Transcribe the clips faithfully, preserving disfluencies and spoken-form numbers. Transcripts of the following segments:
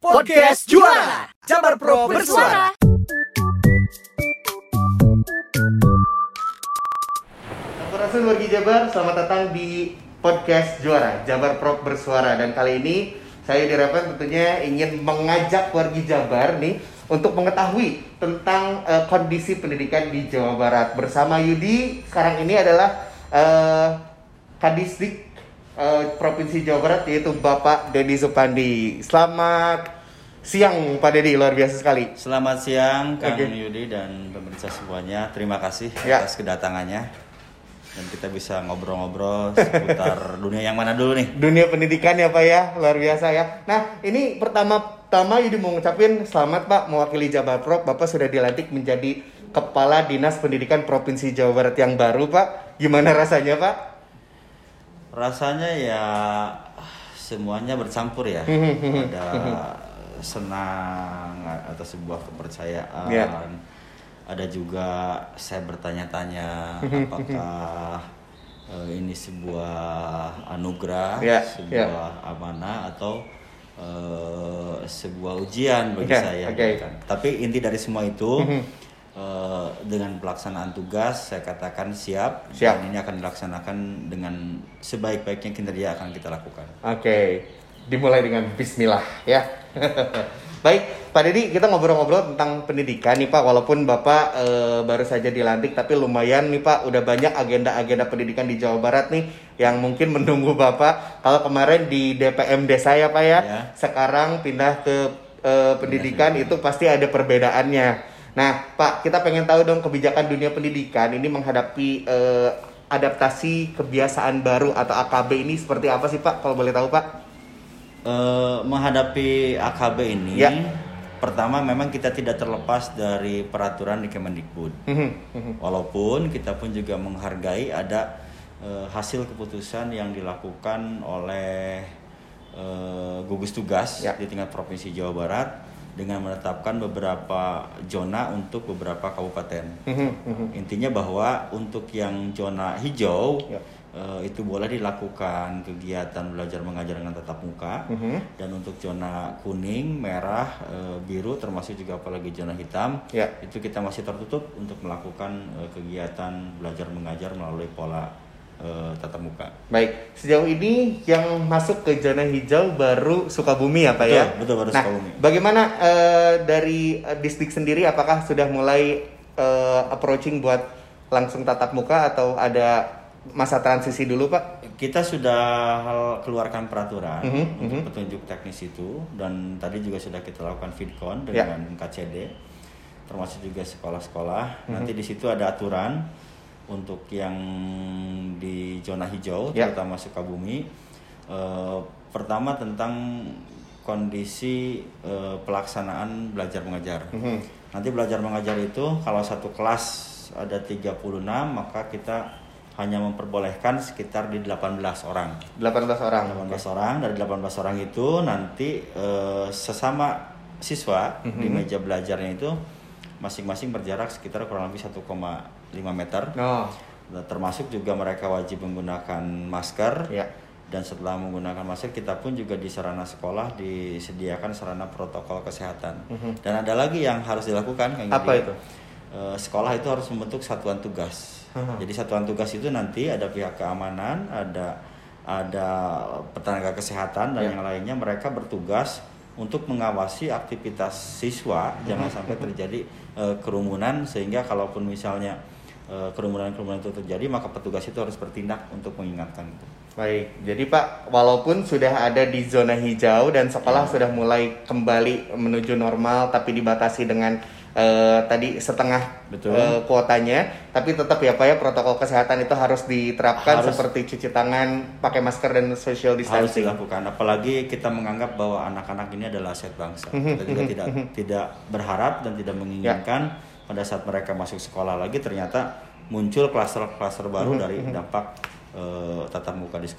Podcast Juara Jabar Pro Bersuara. Sampurasun wargi Jabar, selamat datang di Podcast Juara Jabar Pro Bersuara. Dan kali ini saya Dirapan tentunya ingin mengajak wargi Jabar nih untuk mengetahui tentang uh, kondisi pendidikan di Jawa Barat. Bersama Yudi sekarang ini adalah uh, Kadisdik uh, Provinsi Jawa Barat, yaitu Bapak Dedi Supandi. Selamat siang Pak Dedi, luar biasa sekali. Selamat siang Kang Okay. Yudi dan pemirsa semuanya. Terima kasih Ya. atas kedatangannya. Dan kita bisa ngobrol-ngobrol seputar dunia yang mana dulu nih? Dunia pendidikan ya Pak ya, luar biasa ya. Nah ini pertama-tama Yudi mau ngucapin selamat Pak, mewakili Jabar Pro. Bapak sudah dilantik menjadi Kepala Dinas Pendidikan Provinsi Jawa Barat yang baru Pak. Gimana rasanya Pak? Rasanya ya semuanya bercampur ya. Ada senang atas sebuah kepercayaan. Ya. Ada juga saya bertanya-tanya apakah uh, ini sebuah anugerah, Ya, sebuah amanah atau uh, sebuah ujian bagi Ya, saya. okay. Kan. Tapi inti dari semua itu uh, dengan pelaksanaan tugas saya katakan siap, Siap. dan ini akan dilaksanakan dengan sebaik-baiknya kinerja akan kita lakukan. Oke, dimulai dengan Bismillah ya. Baik, Pak Dedi, kita ngobrol-ngobrol tentang pendidikan nih Pak. Walaupun Bapak e, baru saja dilantik, tapi lumayan nih Pak, udah banyak agenda-agenda pendidikan di Jawa Barat nih yang mungkin menunggu Bapak. Kalau kemarin di D P M desa ya Pak ya, Ya. sekarang pindah ke e, pendidikan, Pindah. itu pasti ada perbedaannya. Nah Pak, kita pengen tahu dong kebijakan dunia pendidikan ini menghadapi e, adaptasi kebiasaan baru atau A K B ini seperti apa sih Pak, kalau boleh tahu Pak? Uh, menghadapi A K B ini, Ya. pertama memang kita tidak terlepas dari peraturan di Kemendikbud. Walaupun kita pun juga menghargai ada uh, hasil keputusan yang dilakukan oleh uh, gugus tugas Ya. di tingkat provinsi Jawa Barat dengan menetapkan beberapa zona untuk beberapa kabupaten. Intinya bahwa untuk yang zona hijau, Ya. Uh, itu boleh dilakukan kegiatan belajar mengajar dengan tatap muka. Mhm. Dan untuk zona kuning, merah, uh, biru, termasuk juga apalagi zona hitam, Ya. itu kita masih tertutup untuk melakukan uh, kegiatan belajar mengajar melalui pola uh, tatap muka. Baik, sejauh ini yang masuk ke zona hijau baru Sukabumi ya Pak ya? Betul, betul, baru nah, Sukabumi. bagaimana eh, dari eh, distrik sendiri, apakah sudah mulai eh, approaching buat langsung tatap muka atau ada masa transisi dulu Pak? Kita sudah keluarkan peraturan Mhm, untuk mhm. petunjuk teknis itu, dan tadi juga sudah kita lakukan feedcon Ya. dengan K C D, termasuk juga sekolah-sekolah. Mhm. Nanti di situ ada aturan untuk yang di zona hijau, Ya. terutama Sukabumi. Eh, pertama tentang kondisi eh, pelaksanaan belajar mengajar. Mhm. Nanti belajar mengajar itu kalau satu kelas ada tiga puluh enam, maka kita hanya memperbolehkan sekitar di delapan belas orang. delapan belas orang. delapan belas orang, dari delapan belas orang itu nanti eh, sesama siswa Mhm. di meja belajarnya itu masing-masing berjarak sekitar kurang lebih satu koma lima meter. Oh, Dan termasuk juga mereka wajib menggunakan masker. ya. Dan setelah menggunakan masker, kita pun juga di sarana sekolah disediakan sarana protokol kesehatan. Mhm. Dan ada lagi yang harus dilakukan. Kang Apa Yudi. itu? Eh, sekolah itu harus membentuk satuan tugas. Mhm. Jadi satuan tugas itu nanti ada pihak keamanan, ada ada tenaga kesehatan dan Ya. yang lainnya, mereka bertugas untuk mengawasi aktivitas siswa, jangan sampai terjadi eh, kerumunan, sehingga kalaupun misalnya eh, kerumunan-kerumunan itu terjadi, maka petugas itu harus bertindak untuk mengingatkan itu. Baik, jadi Pak, walaupun sudah ada di zona hijau dan sekolah Ya. sudah mulai kembali menuju normal, tapi dibatasi dengan eh, tadi setengah Betul. eh, kuotanya, tapi tetap ya Pak ya, protokol kesehatan itu harus diterapkan, Harus. seperti cuci tangan, pakai masker dan social Harus distancing. dilakukan, apalagi kita menganggap bahwa anak-anak ini adalah aset bangsa. Kita juga tidak tidak berharap dan tidak menginginkan pada saat mereka masuk sekolah lagi ternyata muncul klaster-klaster baru dari dampak eh, tatap muka di sekolah.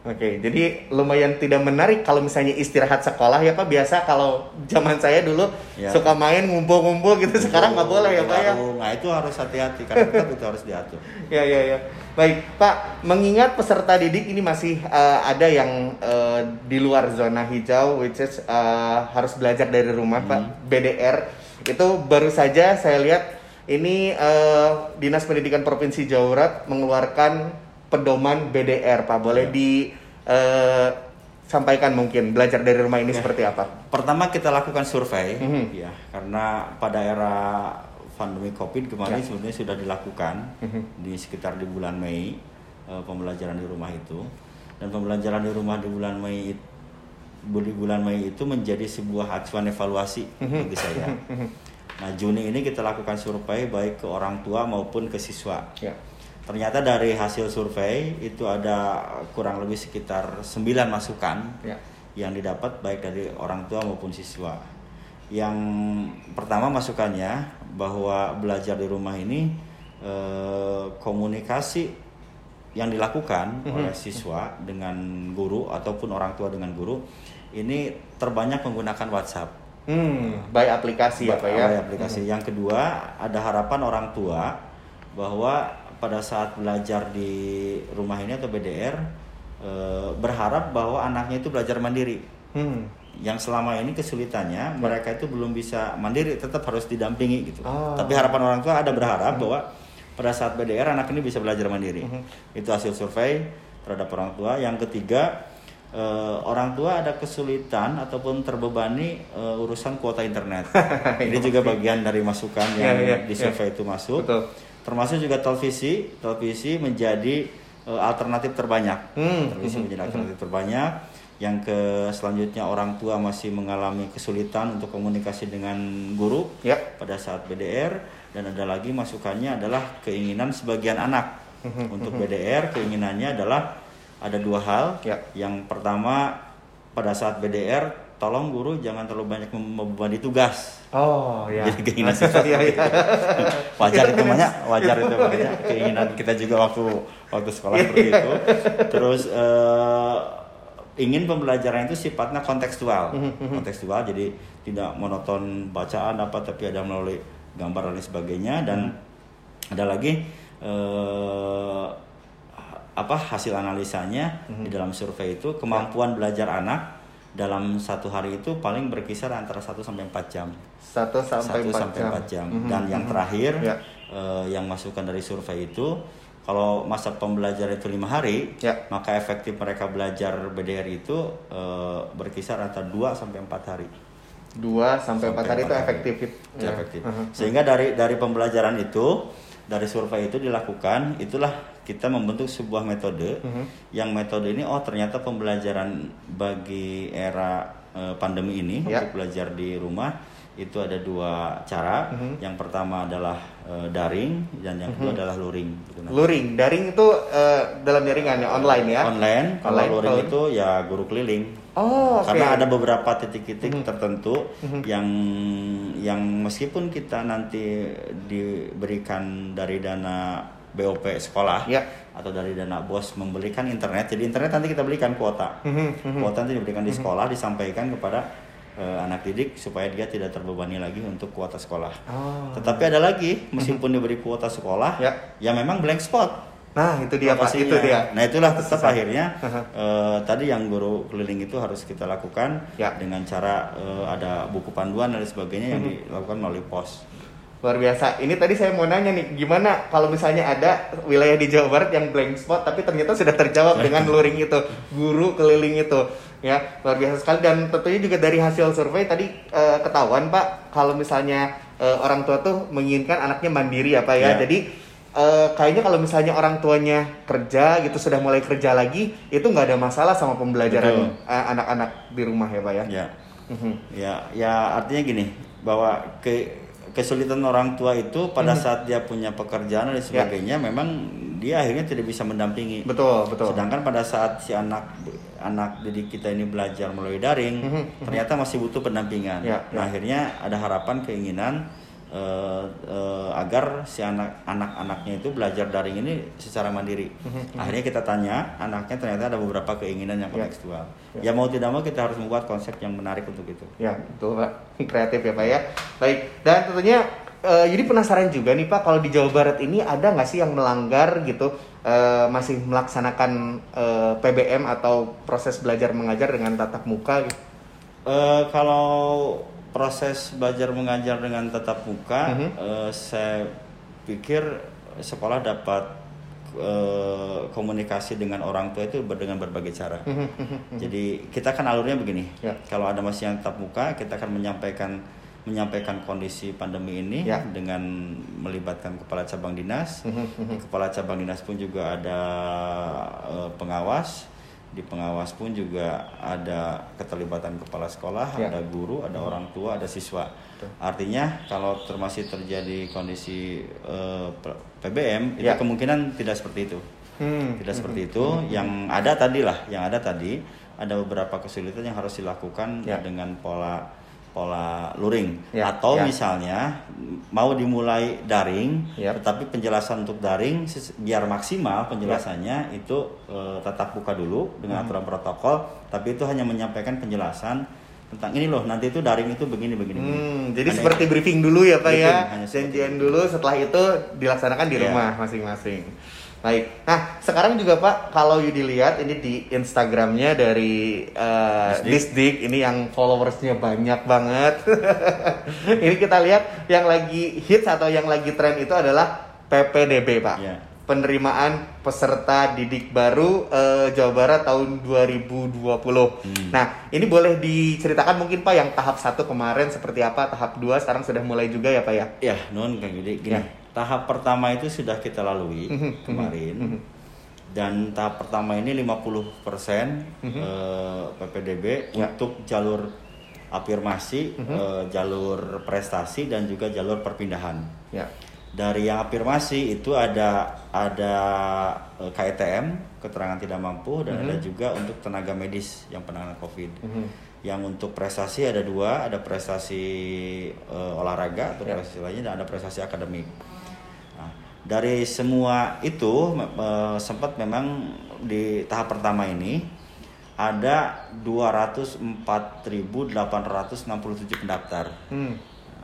Oke, jadi lumayan tidak menarik kalau misalnya istirahat sekolah ya Pak. Biasa kalau zaman saya dulu ya. Suka main ngumpul-ngumpul gitu, ngumpul, sekarang nggak boleh ya Pak ya. Nah itu harus hati-hati karena tetap itu harus diatur. Ya ya ya. Baik Pak, mengingat peserta didik ini masih uh, ada yang uh, di luar zona hijau, which is uh, harus belajar dari rumah hmm. Pak, B D R itu baru saja saya lihat ini uh, Dinas Pendidikan Provinsi Jawa Barat mengeluarkan pedoman B D R Pak, boleh disampaikan uh, mungkin belajar dari rumah ini ya. Seperti apa? Pertama kita lakukan survei, mm-hmm. ya karena pada era pandemi Covid kemarin ya. Sebenarnya sudah dilakukan mm-hmm. di sekitar di bulan Mei uh, pembelajaran di rumah itu, dan pembelajaran di rumah di bulan Mei di bulan Mei itu menjadi sebuah acuan evaluasi mm-hmm. bagi saya. Mm-hmm. Nah Juni ini kita lakukan survei baik ke orang tua maupun ke siswa. Ya. Ternyata dari hasil survei itu ada kurang lebih sekitar sembilan masukan ya. Yang didapat baik dari orang tua maupun siswa. Yang pertama masukannya bahwa belajar di rumah ini eh, komunikasi yang dilakukan mm-hmm. oleh siswa dengan guru ataupun orang tua dengan guru ini terbanyak menggunakan WhatsApp. Hmm, by aplikasi ya Pak ya. By aplikasi. Hmm. Yang kedua ada harapan orang tua bahwa pada saat belajar di rumah ini atau B D R e, berharap bahwa anaknya itu belajar mandiri. Hmm. Yang selama ini kesulitannya hmm. mereka itu belum bisa mandiri, tetap harus didampingi gitu. Oh. Tapi harapan orang tua ada berharap hmm. bahwa pada saat B D R anak ini bisa belajar mandiri. Hmm. Itu hasil survei terhadap orang tua. Yang ketiga e, orang tua ada kesulitan ataupun terbebani e, urusan kuota internet. Ini juga bagian dari masukan yang yeah, yeah, di survei yeah. itu masuk. Betul. Termasuk juga televisi, televisi menjadi uh, alternatif terbanyak. Hmm. Televisi hmm. menjadi alternatif hmm. terbanyak. Yang ke selanjutnya orang tua masih mengalami kesulitan untuk komunikasi dengan guru yep. pada saat B D R, dan ada lagi masukannya adalah keinginan sebagian anak hmm. untuk B D R. Keinginannya adalah ada dua hal. Yep. Yang pertama pada saat B D R tolong guru jangan terlalu banyak membebani tugas. Oh ya. Jadi keinginan siswa ya, ya. wajar itu banyak, wajar itu banyak keinginan kita juga waktu waktu sekolah seperti itu. Terus uh, ingin pembelajaran itu sifatnya kontekstual, kontekstual jadi tidak monoton bacaan apa tapi ada melalui gambar dan lain sebagainya. Dan hmm. ada lagi uh, apa hasil analisanya hmm. di dalam survei itu kemampuan ya. Belajar anak dalam satu hari itu paling berkisar antara satu sampai empat jam. satu sampai empat jam. Mm-hmm. Dan yang terakhir yeah. eh, yang masukan dari survei itu kalau masa pembelajaran itu lima hari, yeah. maka efektif mereka belajar B D R itu eh, berkisar antara dua sampai empat hari. dua sampai empat hari itu efektif. Ya. efektif. Uh-huh. Sehingga dari dari pembelajaran itu, dari survei itu dilakukan, itulah kita membentuk sebuah metode uh-huh. yang metode ini oh ternyata pembelajaran bagi era uh, pandemi ini yeah. untuk belajar di rumah itu ada dua cara. Uh-huh. Yang pertama adalah uh, daring dan yang kedua uh-huh. adalah luring. Gitu, luring, daring itu uh, dalam jaringannya online ya? Online. Kalau online. Luring oh. itu ya guru keliling. Oh, okay. Karena ada beberapa titik-titik uh-huh. tertentu uh-huh. yang yang meskipun kita nanti diberikan dari dana B O P sekolah ya. Atau dari dana B O S membelikan internet, jadi internet nanti kita belikan kuota. Uh-huh. Kuota nanti diberikan di sekolah, disampaikan kepada Uh, anak didik supaya dia tidak terbebani lagi untuk kuota sekolah. Oh. Tetapi ada lagi, meskipun diberi kuota sekolah, ya, ya memang blank spot. Nah itu dia Pak, itu dia. Nah itulah tetap Susah. akhirnya uh, tadi yang guru keliling itu harus kita lakukan ya. Dengan cara uh, ada buku panduan dan sebagainya yang dilakukan melalui pos. Luar biasa. Ini tadi saya mau nanya nih, gimana kalau misalnya ada wilayah di Jawa Barat yang blank spot tapi ternyata sudah terjawab dengan luring itu, guru keliling itu. Ya, luar biasa sekali. Dan tentunya juga dari hasil survei tadi uh, ketahuan Pak, kalau misalnya uh, orang tua tuh menginginkan anaknya mandiri ya Pak ya. Ya. Jadi uh, kayaknya kalau misalnya orang tuanya kerja gitu, sudah mulai kerja lagi, itu nggak ada masalah sama pembelajaran uh, anak-anak di rumah ya Pak ya. Ya, uh-huh. ya, ya artinya gini, bahwa ke kesulitan orang tua itu pada uh-huh. saat dia punya pekerjaan dan sebagainya, ya. Memang dia akhirnya tidak bisa mendampingi. Betul, betul. Sedangkan pada saat si anak anak didik kita ini belajar melalui daring, mm-hmm. ternyata masih butuh pendampingan. Ya, nah, ya. Akhirnya ada harapan keinginan uh, uh, agar si anak anak-anaknya itu belajar daring ini secara mandiri. Akhirnya kita tanya anaknya, ternyata ada beberapa keinginan yang kontekstual. Ya. ya mau tidak mau kita harus membuat konsep yang menarik untuk itu. Ya betul Pak, kreatif ya Pak ya. Baik, dan tentunya uh, jadi penasaran juga nih Pak, kalau di Jawa Barat ini ada nggak sih yang melanggar gitu, uh, masih melaksanakan uh, P B M atau proses belajar mengajar dengan tatap muka gitu? Uh, kalau proses belajar mengajar dengan tatap muka, uh-huh. uh, saya pikir sekolah dapat uh, komunikasi dengan orang tua itu dengan berbagai cara. Uh-huh. Jadi kita kan alurnya begini, yeah. kalau ada masih yang tatap muka, kita akan menyampaikan menyampaikan kondisi pandemi ini yeah. dengan melibatkan kepala cabang dinas. Uh-huh. Kepala cabang dinas pun juga ada uh, pengawas. Di pengawas pun juga ada keterlibatan kepala sekolah, ya. ada guru, ada hmm. orang tua, ada siswa. Betul. Artinya kalau termasih terjadi kondisi uh, P B M, ya. itu kemungkinan tidak seperti itu. Hmm. Tidak hmm. seperti itu. Hmm. Yang ada tadi lah, yang ada tadi ada beberapa kesulitan yang harus dilakukan ya. dengan pola pola luring ya, atau ya. misalnya mau dimulai daring ya. tetapi penjelasan untuk daring biar maksimal penjelasannya ya. itu e, tatap muka dulu dengan hmm. aturan protokol, tapi itu hanya menyampaikan penjelasan tentang ini loh, nanti itu daring itu begini begini. Hmm, jadi hanya seperti itu. Briefing dulu ya Pak briefing, ya, janjian dulu, setelah itu dilaksanakan di ya. rumah masing-masing. Baik, nah sekarang juga Pak, kalau Yudi lihat ini di Instagramnya dari uh, Disdik, ini yang followersnya banyak banget. Ini kita lihat yang lagi hits atau yang lagi tren itu adalah P P D B Pak, yeah. penerimaan peserta didik baru uh, Jawa Barat tahun dua ribu dua puluh. Hmm. Nah ini boleh diceritakan mungkin Pak yang tahap satu kemarin seperti apa, tahap dua sekarang sudah mulai juga ya Pak ya? Ya, non kayak gini. gini. Ya. Tahap pertama itu sudah kita lalui mm-hmm. kemarin mm-hmm. dan tahap pertama ini lima puluh persen mm-hmm. eh, P P D B ya. untuk jalur afirmasi, mm-hmm. eh, jalur prestasi dan juga jalur perpindahan. Ya. Dari yang afirmasi itu ada ada eh, K E T M, keterangan tidak mampu, dan mm-hmm. ada juga untuk tenaga medis yang penanganan COVID. Mm-hmm. Yang untuk prestasi ada dua, ada prestasi eh, olahraga atau ya. prestasi lainnya, dan ada prestasi akademik. Dari semua itu e, sempat memang di tahap pertama ini ada dua ratus empat ribu delapan ratus enam puluh tujuh pendaftar. Hmm.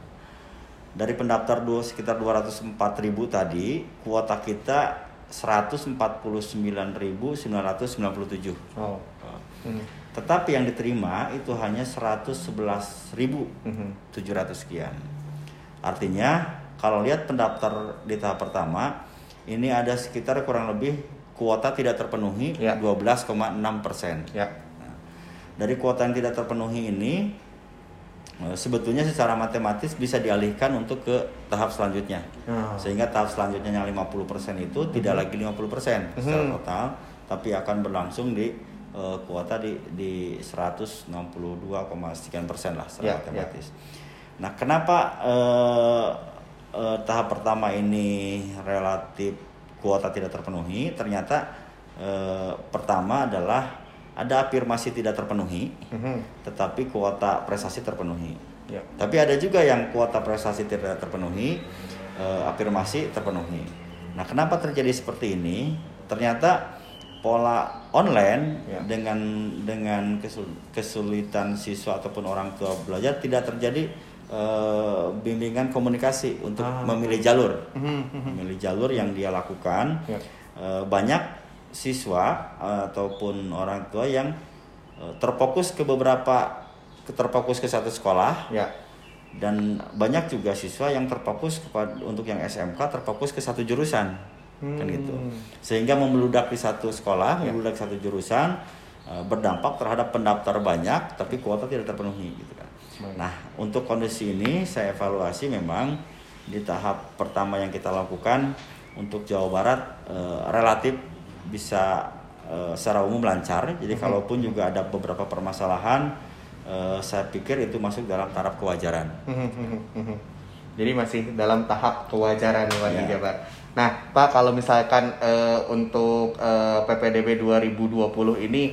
Dari pendaftar dua, sekitar dua ratus empat ribu tadi, kuota kita seratus empat puluh sembilan ribu sembilan ratus sembilan puluh tujuh. Oh. Hmm. Tetapi yang diterima itu hanya seratus sebelas ribu tujuh ratus sekian. Artinya kalau lihat pendaftar di tahap pertama, ini ada sekitar kurang lebih kuota tidak terpenuhi ya. dua belas koma enam persen. Ya. Nah, dari kuota yang tidak terpenuhi ini, sebetulnya secara matematis bisa dialihkan untuk ke tahap selanjutnya. Oh. Sehingga tahap selanjutnya yang lima puluh persen itu mm-hmm. tidak lagi lima puluh persen mm-hmm. secara total, tapi akan berlangsung di uh, kuota di, di seratus enam puluh dua, sekian persen lah secara ya, matematis. Ya. Nah, kenapa... Uh, Uh, tahap pertama ini relatif kuota tidak terpenuhi? Ternyata uh, pertama adalah ada afirmasi tidak terpenuhi, mm-hmm. tetapi kuota prestasi terpenuhi. Yeah. Tapi ada juga yang kuota prestasi tidak terpenuhi, uh, afirmasi terpenuhi. Nah, kenapa terjadi seperti ini? Ternyata pola online yeah. dengan dengan kesulitan siswa ataupun orang tua belajar tidak terjadi Uh, bimbingan komunikasi untuk ah. memilih jalur, memilih jalur yang dia lakukan. Ya. Uh, banyak siswa uh, ataupun orang tua yang uh, terfokus ke beberapa, terfokus ke satu sekolah, ya. Dan banyak juga siswa yang terfokus kepada untuk yang S M K terfokus ke satu jurusan, hmm. kan gitu. Sehingga membludak di satu sekolah, ya. membludak di satu jurusan, uh, berdampak terhadap pendaftar banyak, tapi kuota tidak terpenuhi, gitu kan. Nah, untuk kondisi ini saya evaluasi memang di tahap pertama yang kita lakukan untuk Jawa Barat e, relatif bisa e, secara umum lancar. Jadi mm-hmm. kalaupun juga ada beberapa permasalahan, e, saya pikir itu masuk dalam taraf kewajaran. Mm-hmm. Jadi masih dalam tahap kewajaran Pak ya. Jabar. Nah, Pak, kalau misalkan e, untuk e, P P D B dua ribu dua puluh ini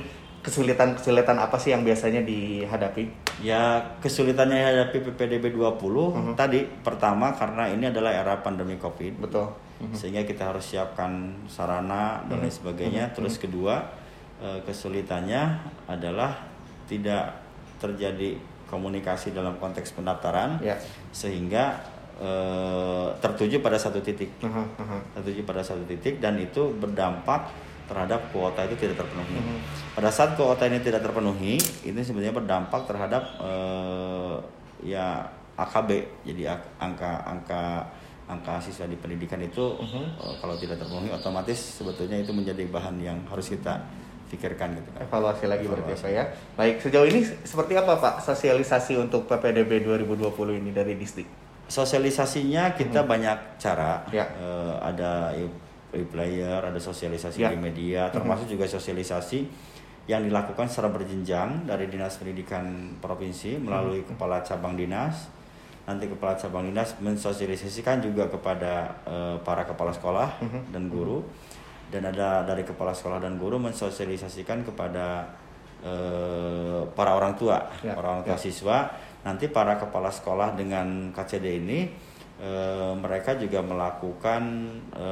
kesulitan-kesulitan apa sih yang biasanya dihadapi? Ya, kesulitannya dihadapi P P D B dua puluh Uh-huh. tadi pertama karena ini adalah era pandemi Covid. Betul. Uh-huh. Sehingga kita harus siapkan sarana dan lain sebagainya. Uh-huh. Terus kedua, eh, kesulitannya adalah tidak terjadi komunikasi dalam konteks pendaftaran, ya. Sehingga eh, tertuju pada satu titik. Uh-huh. Uh-huh. Tertuju pada satu titik dan itu berdampak terhadap kuota itu tidak terpenuhi. Mm-hmm. Pada saat kuota ini tidak terpenuhi, ini sebenarnya berdampak terhadap uh, ya A K B. Jadi angka angka angka siswa di pendidikan itu mm-hmm. uh, kalau tidak terpenuhi otomatis sebetulnya itu menjadi bahan yang harus kita pikirkan gitu kan. Evaluasi lagi berarti Pak ya. Baik, sejauh ini seperti apa Pak sosialisasi untuk P P D B dua ribu dua puluh ini dari Disdik? Sosialisasinya kita mm-hmm. banyak cara. Ya. Uh, ada player, ada sosialisasi ya. di media, termasuk mm-hmm. juga sosialisasi yang dilakukan secara berjenjang dari Dinas Pendidikan Provinsi melalui mm-hmm. Kepala Cabang Dinas. Nanti Kepala Cabang Dinas mensosialisasikan juga kepada uh, para kepala sekolah mm-hmm. dan guru, dan ada dari kepala sekolah dan guru mensosialisasikan kepada uh, para orang tua, ya. para orang tua ya. siswa. Nanti para kepala sekolah dengan K C D ini E, mereka juga melakukan e,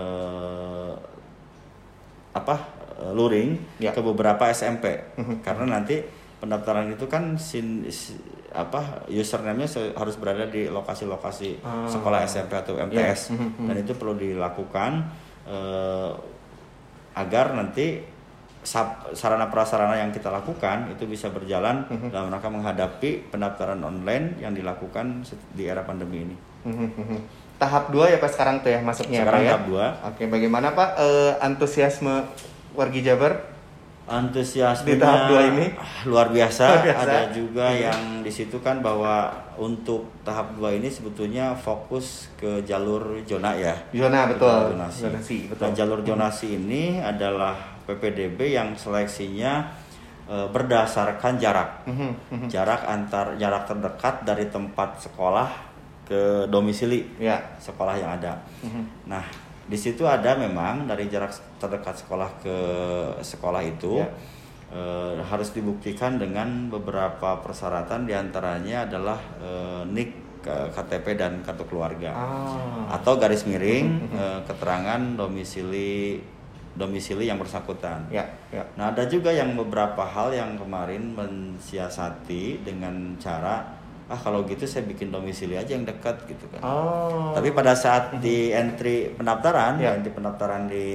apa e, luring ya. ke beberapa S M P karena nanti pendaftaran itu kan sin, si, apa username-nya harus berada di lokasi-lokasi ah. sekolah S M P atau M T S ya. Dan itu perlu dilakukan e, agar nanti sarana prasarana yang kita lakukan itu bisa berjalan uh-huh. dalam rangka menghadapi pendaftaran online yang dilakukan di era pandemi ini. Uh-huh. Tahap dua ya Pak sekarang tuh ya masuknya sekarang Pak, tahap ya? dua. Oke, bagaimana Pak uh, antusiasme wargi Jabar? Antusiasmenya di tahap dua ini luar biasa. Luar biasa. Ada juga uh-huh. yang di situ kan bahwa untuk tahap dua ini sebetulnya fokus ke jalur zona ya. Zona betul. Zonasi. Zonasi, betul. Nah, jalur zonasi uh-huh. ini adalah P P D B yang seleksinya e, berdasarkan jarak, mm-hmm. jarak antar jarak terdekat dari tempat sekolah ke domisili yeah. sekolah yang ada. Mm-hmm. Nah, di situ ada memang dari jarak terdekat sekolah ke sekolah itu yeah. e, harus dibuktikan dengan beberapa persyaratan, diantaranya adalah e, N I K, K T P dan kartu keluarga, ah. atau garis miring mm-hmm. e, keterangan domisili domisili yang bersangkutan. Ya, ya. Nah, ada juga yang beberapa hal yang kemarin mensiasati dengan cara ah kalau gitu saya bikin domisili aja yang dekat gitu kan. Oh. Tapi pada saat di entry pendaftaran, ya. entry pendaftaran di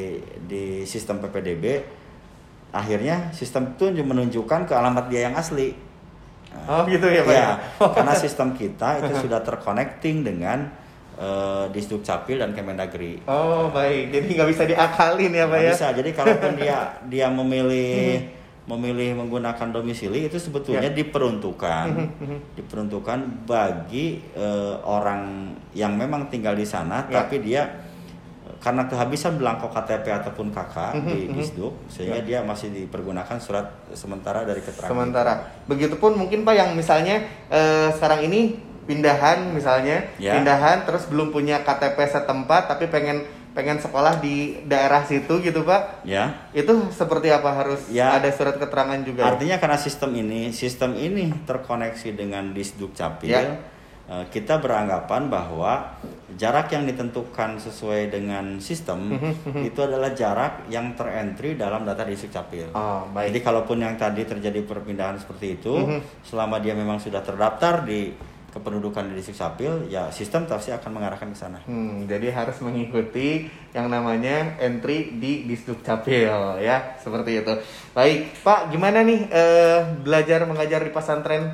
di sistem P P D B, akhirnya sistem itu menunjukkan ke alamat dia yang asli. Nah, oh gitu ya Pak. Ya, karena sistem kita itu sudah terconnecting dengan Uh, Disduk Capil dan Kemendagri. Oh baik, jadi nggak bisa diakalin ya Pak ya? Bisa, jadi kalaupun dia dia memilih memilih menggunakan domisili itu sebetulnya ya. diperuntukkan diperuntukkan bagi uh, orang yang memang tinggal di sana, ya. tapi dia karena kehabisan belangko K T P ataupun K K di Disduk, sehingga ya. dia masih dipergunakan surat sementara dari keterangan. Sementara. Begitupun mungkin Pak yang misalnya uh, sekarang ini pindahan misalnya, ya. pindahan terus belum punya K T P setempat tapi pengen pengen sekolah di daerah situ gitu Pak. Ya. Itu seperti apa, harus ya. ada surat keterangan juga? Artinya karena sistem ini sistem ini terkoneksi dengan Disduk Capil, ya. kita beranggapan bahwa jarak yang ditentukan sesuai dengan sistem itu adalah jarak yang terentry dalam data Disduk Capil. Oh, baik. Jadi kalaupun yang tadi terjadi perpindahan seperti itu, selama dia memang sudah terdaftar di kependudukan di Disduk Capil, ya sistem pasti akan mengarahkan ke sana. Hmm, jadi harus mengikuti yang namanya entry di Disduk Capil ya, seperti itu. Baik, Pak, gimana nih eh, belajar mengajar di pesantren?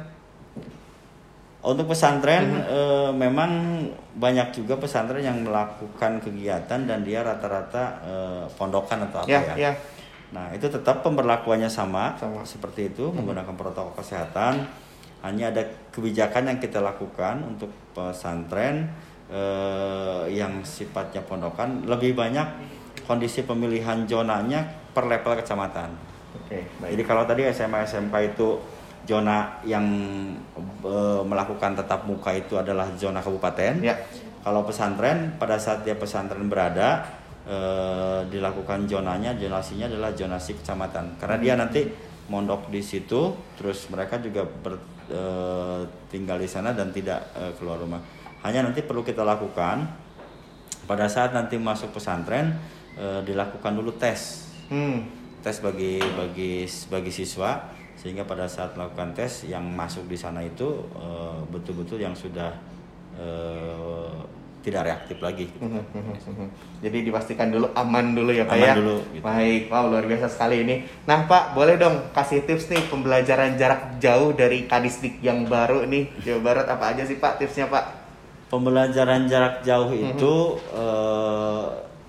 Untuk pesantren mm-hmm. eh, memang banyak juga pesantren yang melakukan kegiatan dan dia rata-rata eh, pondokan atau apa ya. ya. Nah, itu tetap pemberlakuannya sama, sama. seperti itu, mm-hmm. menggunakan protokol kesehatan. Hanya ada kebijakan yang kita lakukan untuk pesantren eh, yang sifatnya pondokan, lebih banyak kondisi pemilihan zonanya per level kecamatan. Oke, baik. Jadi kalau tadi S M A S M K itu zona yang e, melakukan tatap muka itu adalah zona kabupaten. Ya. Kalau pesantren pada saat dia pesantren berada e, dilakukan zonanya, zonasinya adalah zonasi kecamatan. Karena dia nanti mondok di situ, terus mereka juga ber, e, tinggal di sana dan tidak e, keluar rumah. Hanya nanti perlu kita lakukan pada saat nanti masuk pesantren, e, dilakukan dulu tes, hmm. tes bagi bagi bagi siswa, sehingga pada saat melakukan tes yang masuk di sana itu e, betul-betul yang sudah e, tidak reaktif lagi. Gitu. Jadi dipastikan dulu aman dulu ya Pak aman ya. Dulu, gitu. Baik, wow luar biasa sekali ini. Nah Pak, boleh dong kasih tips nih pembelajaran jarak jauh dari Kadisdik yang baru nih Jawa Barat, apa aja sih Pak tipsnya Pak? Pembelajaran jarak jauh itu mm-hmm. eh,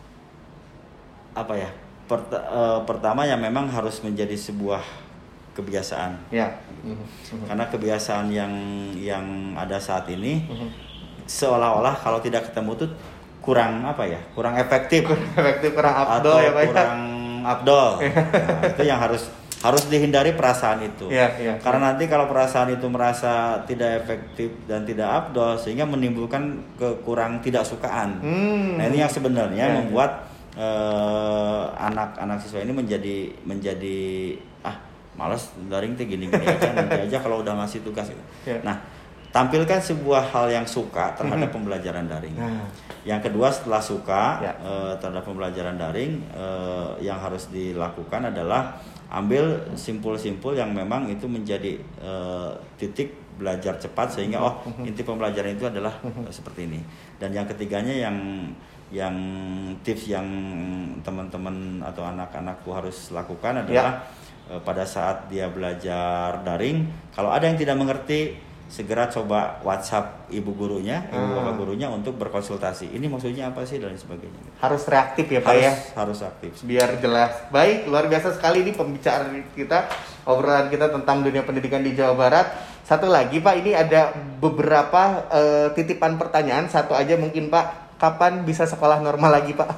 apa ya? Pert- eh, pertama yang memang harus menjadi sebuah kebiasaan. Ya. Mm-hmm. Karena kebiasaan yang yang ada saat ini. Mm-hmm. Seolah-olah kalau tidak ketemu tuh kurang apa ya, kurang efektif, kurang efektif, kurang abdol ya Pak. Kurang abdol. Nah, itu yang harus harus dihindari perasaan itu. Ya, ya, Karena ya. Nanti kalau perasaan itu merasa tidak efektif dan tidak abdol, sehingga menimbulkan kekurang tidak sukaan. Hmm. Nah ini yang sebenarnya ya, membuat ya. Eh, anak-anak siswa ini menjadi menjadi ah malas daring tuh gini-gini aja nanti aja kalau udah ngasih tugas. Ya. Nah tampilkan sebuah hal yang suka terhadap mm-hmm. pembelajaran daring. Nah. Yang kedua setelah suka ya. uh, terhadap pembelajaran daring, uh, yang harus dilakukan adalah ambil simpul-simpul yang memang itu menjadi uh, titik belajar cepat sehingga oh mm-hmm. inti pembelajaran itu adalah mm-hmm. uh, seperti ini. Dan yang ketiganya yang yang tips yang teman-teman atau anak-anakku harus lakukan adalah ya. uh, pada saat dia belajar daring, kalau ada yang tidak mengerti segera coba WhatsApp ibu gurunya, ibu hmm. bapak gurunya untuk berkonsultasi. Ini maksudnya apa sih dan sebagainya. Harus reaktif ya Pak harus, ya. Harus aktif. Biar jelas. Baik, luar biasa sekali ini pembicaraan kita, obrolan kita tentang dunia pendidikan di Jawa Barat. Satu lagi Pak, ini ada beberapa uh, titipan pertanyaan. Satu aja mungkin Pak, kapan bisa sekolah normal lagi Pak?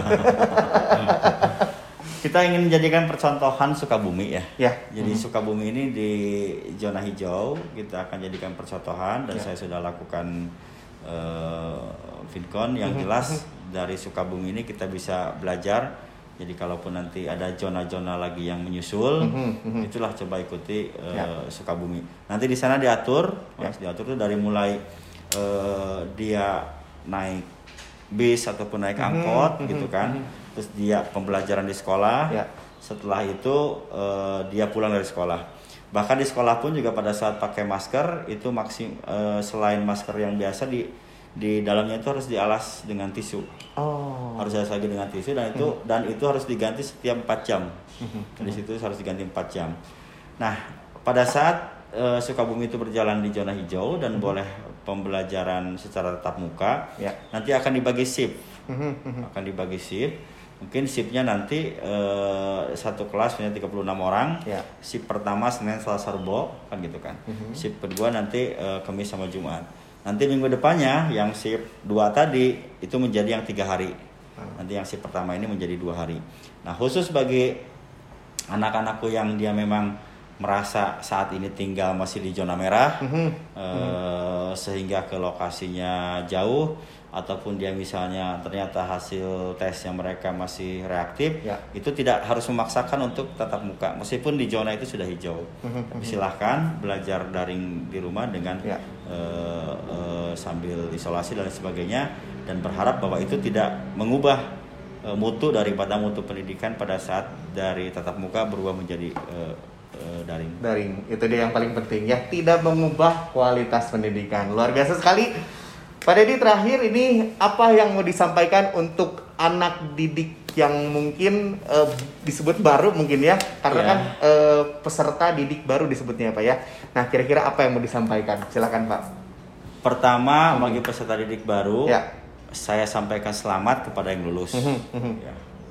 Kita ingin menjadikan percontohan Sukabumi ya. Ya. Jadi mm-hmm. Sukabumi ini di zona hijau kita akan jadikan percontohan dan ya. Saya sudah lakukan uh, Vincon yang mm-hmm. jelas dari Sukabumi ini kita bisa belajar. Jadi kalaupun nanti ada zona-zona lagi yang menyusul, mm-hmm. itulah coba ikuti uh, ya. Sukabumi. Nanti di sana diatur, ya. Mas, diatur tuh dari mulai uh, dia naik bis ataupun naik angkot mm-hmm. gitu kan. Mm-hmm. Terus dia pembelajaran di sekolah, ya. Setelah itu uh, dia pulang dari sekolah. Bahkan di sekolah pun juga pada saat pakai masker itu maksim uh, selain masker yang biasa di di dalamnya itu harus dialas dengan tisu. Oh. Harus dialas lagi dengan tisu dan itu hmm. dan itu harus diganti setiap empat jam. Hmm. Di situ harus diganti empat jam. Nah, pada saat uh, Sukabumi itu berjalan di zona hijau dan hmm. boleh pembelajaran secara tatap muka, ya. Nanti akan dibagi shift. Hmm. Akan dibagi shift. Mungkin shiftnya nanti eh, satu kelas punya tiga puluh enam orang. Ya. Shift pertama Senin, Selasa, Rabu kan gitu kan. Uh-huh. Shift kedua nanti eh, Kamis sama Jumat. Nanti minggu depannya yang shift dua tadi itu menjadi yang tiga hari. Uh-huh. Nanti yang shift pertama ini menjadi dua hari. Nah khusus bagi anak-anakku yang dia memang merasa saat ini tinggal masih di zona merah, uh-huh. Eh, uh-huh. sehingga ke lokasinya jauh. Ataupun dia misalnya ternyata hasil tes yang mereka masih reaktif, ya. Itu tidak harus memaksakan untuk tatap muka meskipun di zona itu sudah hijau. Tapi silahkan belajar daring di rumah dengan ya. uh, uh, sambil isolasi dan sebagainya dan berharap bahwa itu tidak mengubah uh, mutu daripada mutu pendidikan pada saat dari tatap muka berubah menjadi uh, uh, daring. Daring itu dia yang paling penting ya, tidak mengubah kualitas pendidikan. Luar biasa sekali. Pak Dedi, terakhir ini apa yang mau disampaikan untuk anak didik yang mungkin uh, disebut baru mungkin ya, karena yeah. kan uh, peserta didik baru disebutnya Pak ya. Nah kira-kira apa yang mau disampaikan? Silakan Pak. Pertama hmm. bagi peserta didik baru, yeah. saya sampaikan selamat kepada yang lulus. Mm-hmm. Ya.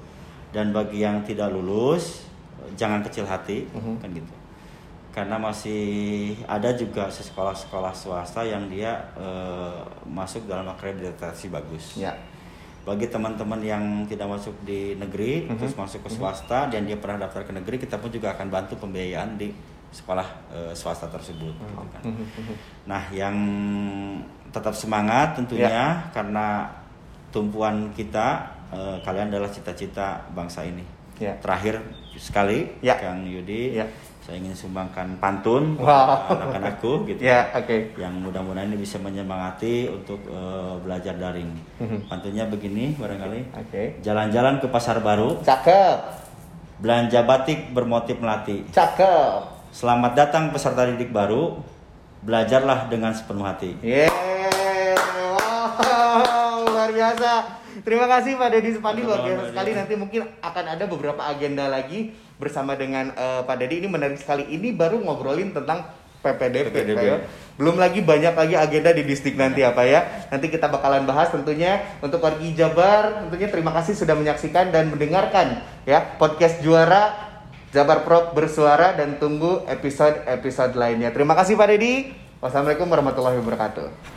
Dan bagi yang tidak lulus, jangan kecil hati, mm-hmm. kan gitu. Karena masih ada juga sekolah-sekolah swasta yang dia uh, masuk dalam akreditasi bagus. Ya. Bagi teman-teman yang tidak masuk di negeri, mm-hmm. terus masuk ke swasta, mm-hmm. dan dia pernah daftar ke negeri, kita pun juga akan bantu pembiayaan di sekolah uh, swasta tersebut. Mm-hmm. Gitu kan. Mm-hmm. Nah, yang tetap semangat tentunya, ya. Karena tumpuan kita, uh, kalian adalah cita-cita bangsa ini. Ya. Terakhir sekali, Ya. Kang Yudi, Ya. saya ingin sumbangkan pantun Wow. anak-anakku gitu. Ya, oke. Okay. Yang mudah-mudahan ini bisa menyemangati untuk uh, belajar daring. Pantunnya begini barangkali. Oke. Okay. Jalan-jalan ke pasar baru, Cakep. belanja batik bermotif melati. Cakep. Selamat datang peserta didik baru, belajarlah dengan sepenuh hati. Yeah. Wow, luar biasa. Terima kasih Pak Dedi Supandi, luar biasa sekali. Nanti mungkin akan ada beberapa agenda lagi bersama dengan uh, Pak Dedi. Ini menarik sekali. Ini baru ngobrolin tentang P P D P, P P D P. Ya. Belum lagi banyak lagi agenda di distrik nanti apa ya. Nanti kita bakalan bahas tentunya. Untuk wargi Jabar, tentunya terima kasih sudah menyaksikan dan mendengarkan ya podcast Juara Jabar Prop bersuara, dan tunggu episode-episode lainnya. Terima kasih Pak Dedi. Wassalamualaikum warahmatullahi wabarakatuh.